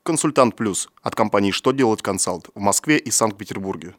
Консультант Плюс от компании «Что делать консалт» в Москве и Санкт-Петербурге.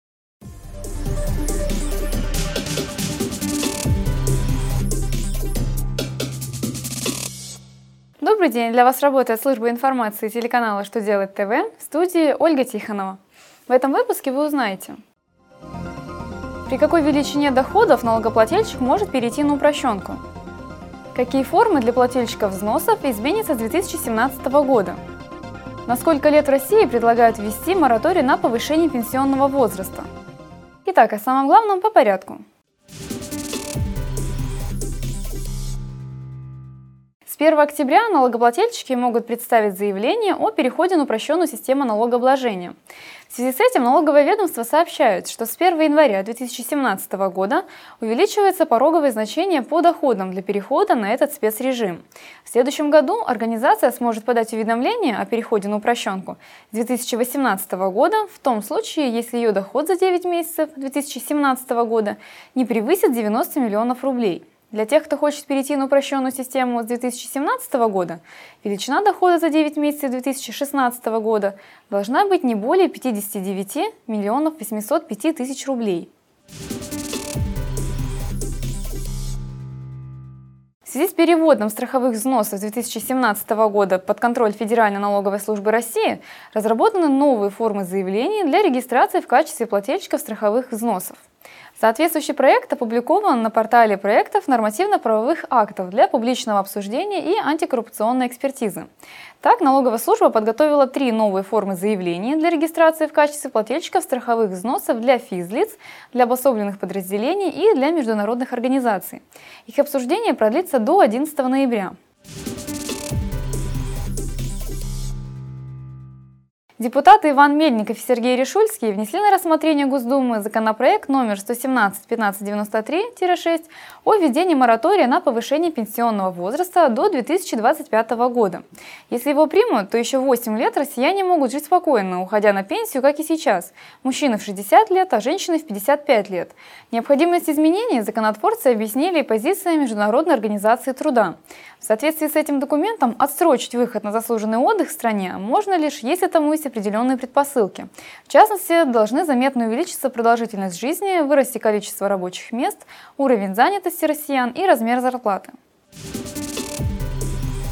Добрый день! Для вас работает служба информации телеканала «Что делать ТВ», в студии Ольга Тихонова. В этом выпуске вы узнаете, при какой величине доходов налогоплательщик может перейти на упрощенку, какие формы для плательщиков взносов изменятся с 2017 года, на сколько лет в России предлагают ввести мораторий на повышение пенсионного возраста. Итак, о самом главном по порядку. С 1 октября налогоплательщики могут представить заявление о переходе на упрощенную систему налогообложения. В связи с этим налоговое ведомство сообщает, что с 1 января 2017 года увеличивается пороговое значение по доходам для перехода на этот спецрежим. В следующем году организация сможет подать уведомление о переходе на упрощенку с 2018 года в том случае, если ее доход за 9 месяцев 2017 года не превысит 90 миллионов рублей. Для тех, кто хочет перейти на упрощенную систему с 2017 года, величина дохода за 9 месяцев 2016 года должна быть не более 59 миллионов 805 тысяч рублей. В связи с переводом страховых взносов с 2017 года под контроль Федеральной налоговой службы России разработаны новые формы заявлений для регистрации в качестве плательщиков страховых взносов. Соответствующий проект опубликован на портале проектов нормативно-правовых актов для публичного обсуждения и антикоррупционной экспертизы. Так, налоговая служба подготовила 3 новые формы заявлений для регистрации в качестве плательщиков страховых взносов для физлиц, для обособленных подразделений и для международных организаций. Их обсуждение продлится до 11 ноября. Депутаты Иван Мельников и Сергей Решульский внесли на рассмотрение Госдумы законопроект номер 117-1593-6 о введении моратория на повышение пенсионного возраста до 2025 года. Если его примут, то еще 8 лет россияне могут жить спокойно, уходя на пенсию, как и сейчас. Мужчины в 60 лет, а женщины в 55 лет. Необходимость изменений законотворцы объяснили позицией Международной организации труда. В соответствии с этим документом отсрочить выход на заслуженный отдых в стране можно лишь, если тому есть определенные предпосылки. В частности, должны заметно увеличиться продолжительность жизни, вырасти количество рабочих мест, уровень занятости россиян и размер зарплаты.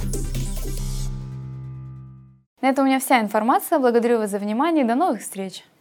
На этом у меня вся информация. Благодарю вас за внимание и до новых встреч!